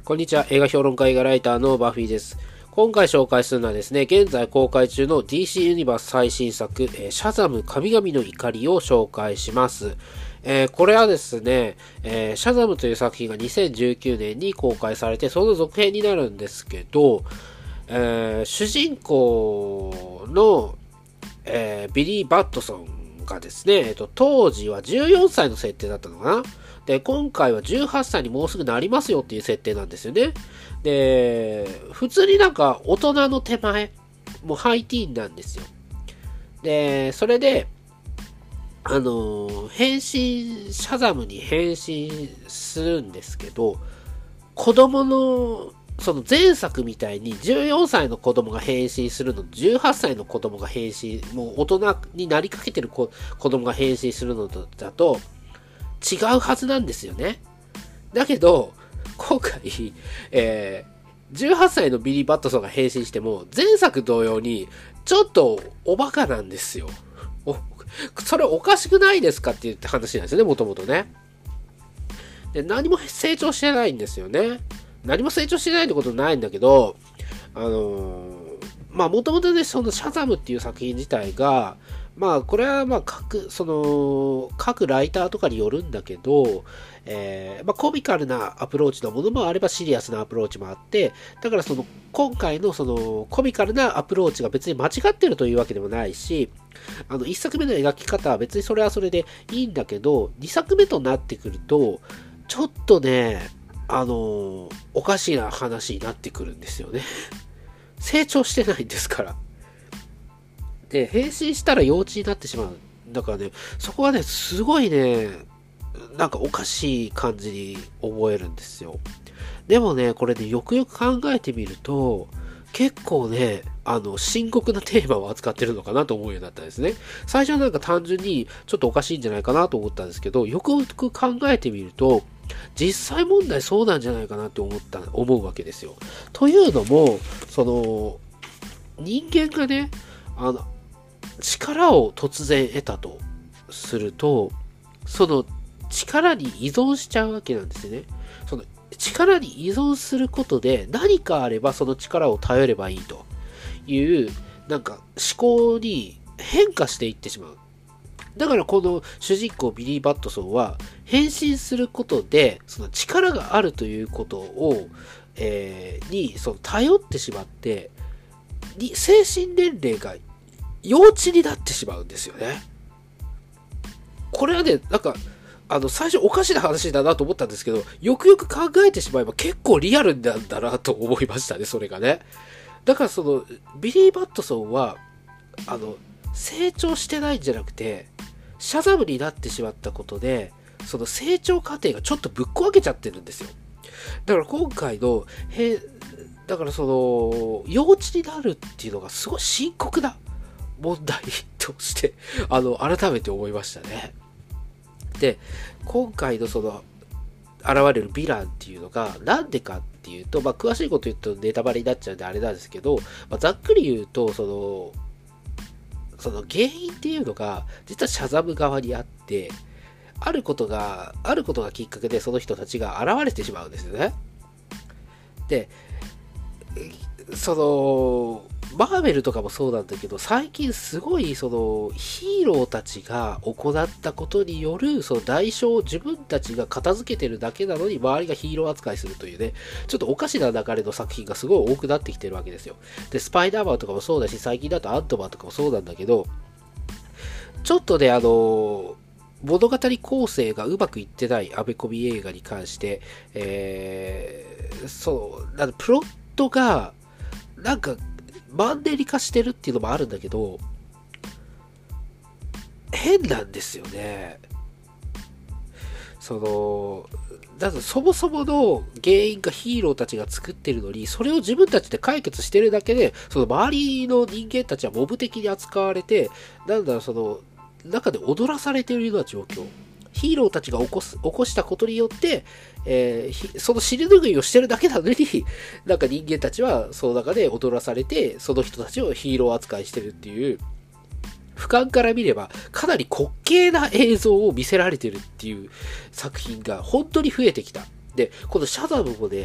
こんにちは。映画評論家映画ライターのバフィーです。今回紹介するのはですね、現在公開中の DC ユニバース最新作、シャザム神々の怒りを紹介します。これはですね、シャザムという作品が2019年に公開されて、その続編になるんですけど、主人公の、ビリー・バットソンがですね、当時は14歳の設定だったのかな。で、今回は18歳にもうすぐなりますよっていう設定なんですよね。で、普通になんか大人の手前、もうハイティーンなんですよ。で、それで、シャザムに変身するんですけど、子供の、その前作みたいに14歳の子供が変身するのと18歳の子供が変身、もう大人になりかけてる子供が変身するのとだと違うはずなんですよね。だけど、今回、18歳のビリー・バットソンが変身しても前作同様にちょっとおバカなんですよ。それおかしくないですかって言って話なんですよね、もともとね。で、何も成長してないんですよね。何も成長してないってことないんだけど、もともとね、そのシャザムっていう作品自体が、これは各ライターとかによるんだけど、コミカルなアプローチのものもあればシリアスなアプローチもあって、だから今回のコミカルなアプローチが別に間違ってるというわけでもないし、1作目の描き方は別にそれはそれでいいんだけど、2作目となってくると、ちょっとね、おかしな話になってくるんですよね。成長してないんですから。で、変身したら幼稚になってしまう。だからね、そこはね、すごいね、なんかおかしい感じに思えるんですよ。でもね、これね、よくよく考えてみると、結構ね、深刻なテーマを扱ってるのかなと思うようになったんですね。最初はなんか単純にちょっとおかしいんじゃないかなと思ったんですけど、よくよく考えてみると、実際問題そうなんじゃないかなって思うわけですよ。というのも、人間がね、力を突然得たとすると、その力に依存しちゃうわけなんですよね。その力に依存することで何かあればその力を頼ればいいというなんか思考に変化していってしまう。だからこの主人公ビリー・バットソンは変身することでその力があるということを、頼ってしまって精神年齢が幼稚になってしまうんですよね。これはね、なんか最初おかしな話だなと思ったんですけど、よくよく考えてしまえば結構リアルなんだなと思いましたね、それがね。だからビリー・バットソンは、成長してないんじゃなくて、シャザムになってしまったことで、その成長過程がちょっとぶっ壊けちゃってるんですよ。だから今回の、幼稚になるっていうのがすごい深刻な問題として、改めて思いましたね。で、今回の現れるヴィランっていうのが、なんでかっていうと、詳しいこと言うとネタバレになっちゃうんであれなんですけど、ざっくり言うと、原因っていうのが、実はシャザム側にあって、あることがきっかけでその人たちが現れてしまうんですよね。で、マーベルとかもそうなんだけど、最近すごいヒーローたちが行ったことによる代償を自分たちが片付けてるだけなのに周りがヒーロー扱いするというね、ちょっとおかしな流れの作品がすごい多くなってきてるわけですよ。で、スパイダーマンとかもそうだし、最近だとアントマンとかもそうなんだけど、ちょっとね、物語構成がうまくいってないアメコミ映画に関して、プロットがなんかマンネリ化してるっていうのもあるんだけど、変なんですよね。そもそもの原因がヒーローたちが作ってるのに、それを自分たちで解決してるだけで、周りの人間たちはモブ的に扱われて、中で踊らされているような状況。ヒーローたちが起こしたことによって、その尻拭いをしてるだけなのに、なんか人間たちはその中で踊らされて、その人たちをヒーロー扱いしてるっていう、俯瞰から見ればかなり滑稽な映像を見せられてるっていう作品が本当に増えてきた。で、このシャザムもね、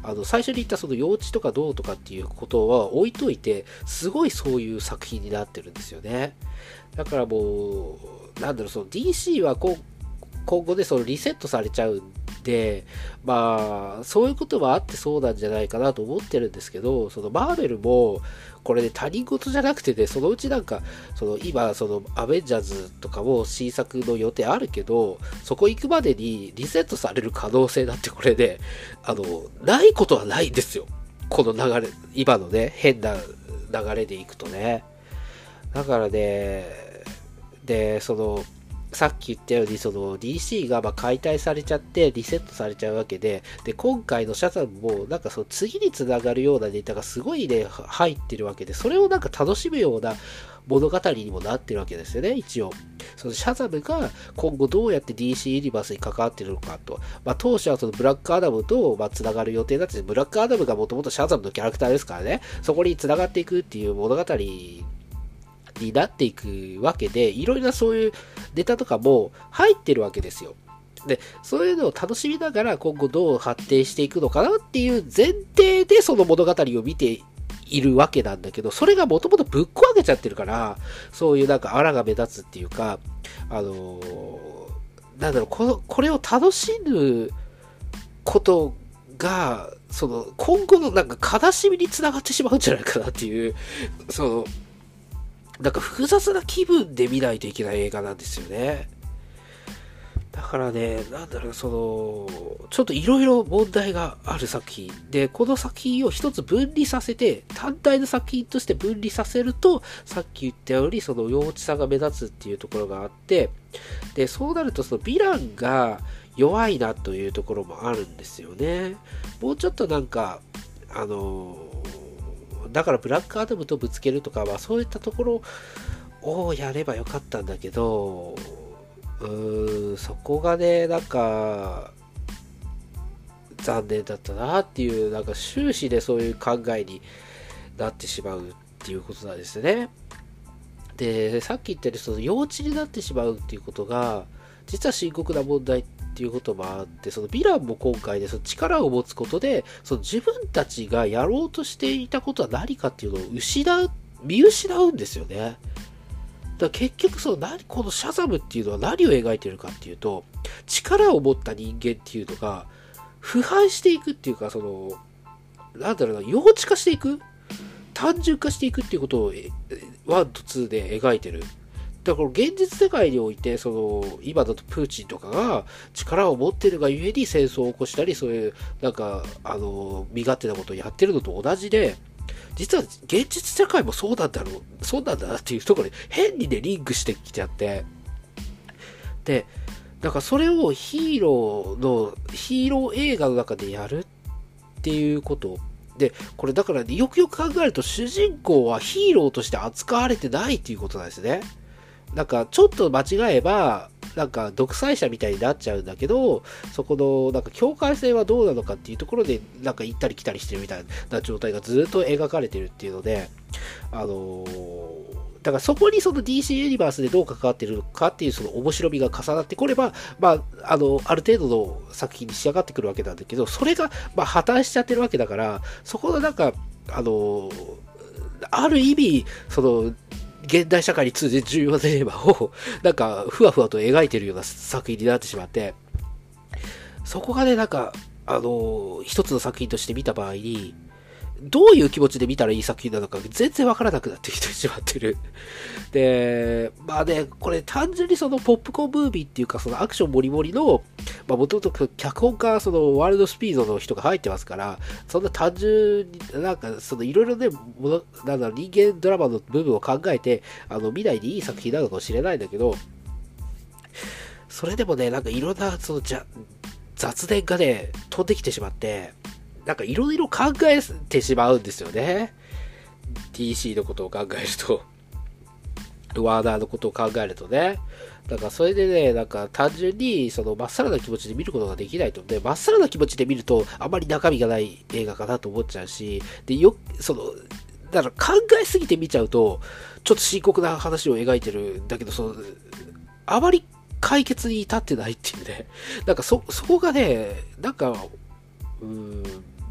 最初に言ったその幼稚とかどうとかっていうことは置いといて、すごいそういう作品になってるんですよね。だからもう、なんだろう、その DC は今後でそのリセットされちゃうんで、まあ、そういうことはあってそうなんじゃないかなと思ってるんですけど、そのマーベルも、これで他人事じゃなくてね、そのうちなんか、その今、そのアベンジャーズとかも新作の予定あるけど、そこ行くまでにリセットされる可能性だってこれで、ないことはないんですよ。この流れ、今のね、変な流れでいくとね。だからね、で、さっき言ったように、その DC がまあ解体されちゃってリセットされちゃうわけで、今回のシャザムもなんかその次につながるようなネタがすごいね、入ってるわけで、それをなんか楽しむような物語にもなってるわけですよね、一応。そのシャザムが今後どうやって DC ユニバースに関わってるのかと。まあ当初はそのブラックアダムとまあつながる予定だって、ブラックアダムがもともとシャザムのキャラクターですからね、そこにつながっていくっていう物語になっていくわけで、いろいろなそういうネタとかも入ってるわけですよ。で、そういうのを楽しみながら今後どう発展していくのかなっていう前提でその物語を見ているわけなんだけど、それがもともとぶっ壊れちゃってるから、そういうなんか荒が目立つっていうか、なんだろう、これを楽しむことが、その今後のなんか悲しみにつながってしまうんじゃないかなっていう、なんか複雑な気分で見ないといけない映画なんですよね。だからね、なんだろう、ちょっといろいろ問題がある作品。で、この作品を一つ分離させて、単体の作品として分離させると、さっき言ったように、その幼稚さが目立つっていうところがあって、で、そうなると、そのヴィランが弱いなというところもあるんですよね。もうちょっとなんか、だからブラックアダムとぶつけるとかはそういったところをやればよかったんだけど、そこがね、なんか残念だったなっていう、なんか終始でそういう考えになってしまうっていうことなんですね。で、さっき言ったようにその幼稚になってしまうっていうことが実は深刻な問題っていうこともあって、そのヴィランも今回でその力を持つことで、その自分たちがやろうとしていたことは何かっていうのを見失うんですよね。だから結局このシャザムっていうのは何を描いてるかっていうと、力を持った人間っていうのが腐敗していくっていうか、なんだろうな、幼稚化していく、単純化していくっていうことを1と2で描いてる。だから現実世界において、今だとプーチンとかが力を持ってるがゆえに戦争を起こしたり、そういう、なんか、身勝手なことをやってるのと同じで、実は現実世界もそうなんだなっていうところに変にね、リンクしてきちゃって。で、だからそれをヒーロー映画の中でやるっていうこと。で、これだからね、よくよく考えると主人公はヒーローとして扱われてないっていうことなんですね。なんかちょっと間違えばなんか独裁者みたいになっちゃうんだけど、そこのなんか境界線はどうなのかっていうところでなんか行ったり来たりしてるみたいな状態がずっと描かれてるっていうので、だからそこにその DC ユニバースでどう関わってるのかっていうその面白みが重なってこれば、まあ、ある程度の作品に仕上がってくるわけなんだけど、それがまあ破綻しちゃってるわけだから、そこのなんかある意味現代社会に通じる重要なテーマをなんかふわふわと描いてるような作品になってしまって、そこがね、なんか一つの作品として見た場合にどういう気持ちで見たらいい作品なのか全然わからなくなってきてしまってる。で、まあね、これ単純にそのポップコーンムービーっていうか、そのアクションもりもりの、まあもともと脚本家、ワールドスピードの人が入ってますから、そんな単純になんかいろいろね、なんだろう、人間ドラマの部分を考えて、見ないでいい作品なのかもしれないんだけど、それでもね、なんかいろんな、雑念がね、飛んできてしまって、なんかいろいろ考えてしまうんですよね。DC のことを考えると。ワーナーのことを考えるとね。だからそれでね、なんか単純にまっさらな気持ちで見ることができないと。で、まっさらな気持ちで見るとあまり中身がない映画かなと思っちゃうし、で、だから考えすぎて見ちゃうと、ちょっと深刻な話を描いてるんだけど、あまり解決に至ってないっていうね。なんかそこがね、なんか、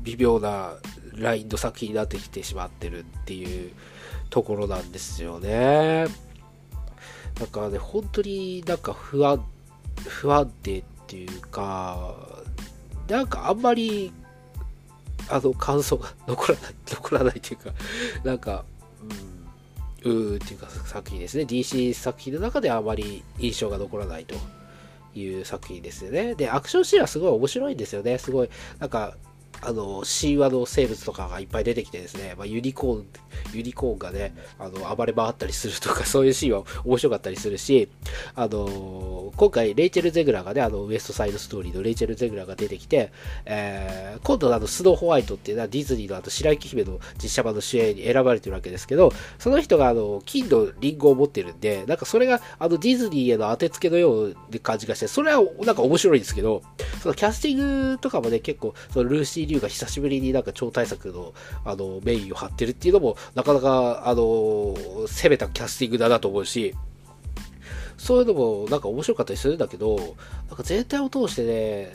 微妙なラインの作品になってきてしまってるっていうところなんですよね。だからね、本当になんか不安定っていうか、なんかあんまり感想が残らないっていうか、なんか、っていうか作品ですね。DC 作品の中ではあまり印象が残らないという作品ですよね。で、アクションシーンはすごい面白いんですよね。すごい、なんか、神話の生物とかがいっぱい出てきてですね、ユニコーンがね、暴れ回ったりするとか、そういうシーンは面白かったりするし、今回、レイチェル・ゼグラがね、ウエストサイドストーリーのレイチェル・ゼグラが出てきて、今度スノーホワイトっていうのはディズニーの白雪姫の実写版の主演に選ばれてるわけですけど、その人が金のリンゴを持ってるんで、なんかそれがディズニーへの当てつけのような感じがして、それはなんか面白いんですけど、そのキャスティングとかもね、結構、そのルーシー・リュウが久しぶりになんか超大作のメインを張ってるっていうのも、なかなか攻めたキャスティングだなと思うし、そういうのもなんか面白かったりするんだけど、なんか全体を通してね、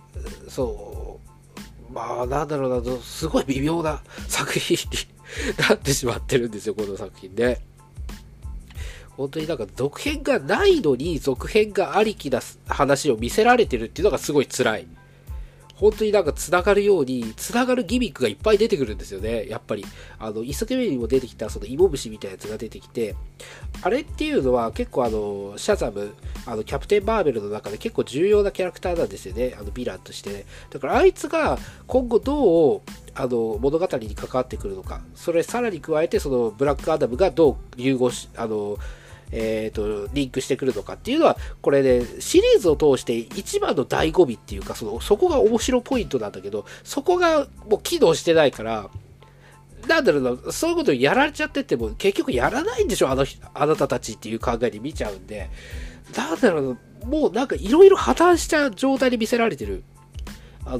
なんだろうな、すごい微妙な作品になってしまってるんですよ、この作品ね。本当になんか続編がないのに続編がありきな話を見せられてるっていうのがすごい辛い。本当になんか繋がるように、繋がるギミックがいっぱい出てくるんですよね、やっぱり。一作目にも出てきた、その芋虫みたいなやつが出てきて、あれっていうのは結構シャザム、キャプテン・マーベルの中で結構重要なキャラクターなんですよね、ヴィランとしてね。だからあいつが今後どう、物語に関わってくるのか。それさらに加えて、そのブラックアダムがどう融合し、リンクしてくるのかっていうのは、これね、シリーズを通して一番の醍醐味っていうか、そこが面白ポイントなんだけど、そこがもう機能してないから、なんだろうな、そういうことをやられちゃってても、結局やらないんでしょ、あなたたちっていう考えで見ちゃうんで、なんだろうな、もうなんかいろいろ破綻した状態で見せられてる。なん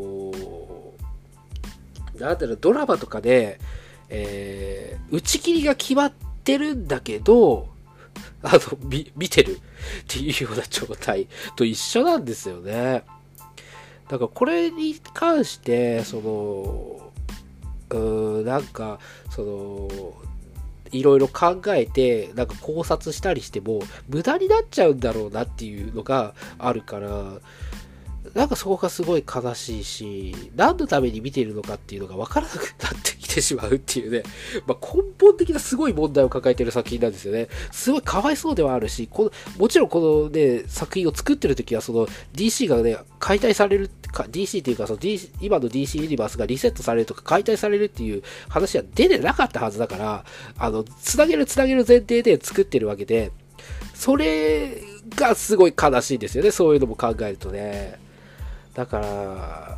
だろう、ドラマとかで、打ち切りが決まってるんだけど、見てるっていうような状態と一緒なんですよね。だからこれに関して、なんか、いろいろ考えて、なんか考察したりしても、無駄になっちゃうんだろうなっていうのがあるから、なんかそこがすごい悲しいし、何のために見ているのかっていうのが分からなくなってきてしまうっていうね、根本的なすごい問題を抱えている作品なんですよね。すごいかわいそうではあるし、もちろんこのね、作品を作ってる時はDC がね、解体される、DC っていうか今の DC ユニバースがリセットされるとか解体されるっていう話は出てなかったはずだから、つなげる前提で作ってるわけで、それがすごい悲しいんですよね、そういうのも考えるとね。だから、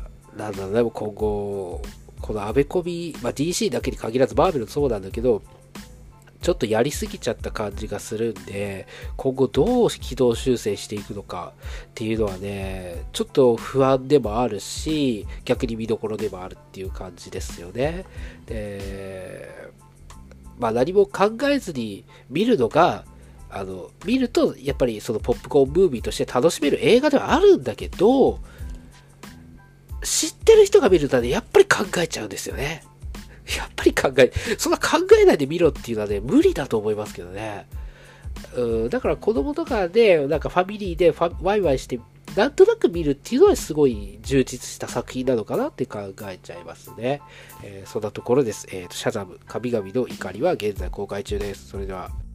なんだろうね、今後、このアベコミ、DC だけに限らず、マーベルもそうなんだけど、ちょっとやりすぎちゃった感じがするんで、今後どう軌道修正していくのかっていうのはね、ちょっと不安でもあるし、逆に見どころでもあるっていう感じですよね。で、何も考えずに見るのが、見ると、やっぱりそのポップコーンムービーとして楽しめる映画ではあるんだけど、知ってる人が見るとね、やっぱり考えちゃうんですよね。やっぱりそんな考えないで見ろっていうのはね、無理だと思いますけどね。だから子供とかで、なんかファミリーでワイワイして、なんとなく見るっていうのはすごい充実した作品なのかなって考えちゃいますね。そんなところです。シャザム、神々の怒りは現在公開中です。それでは。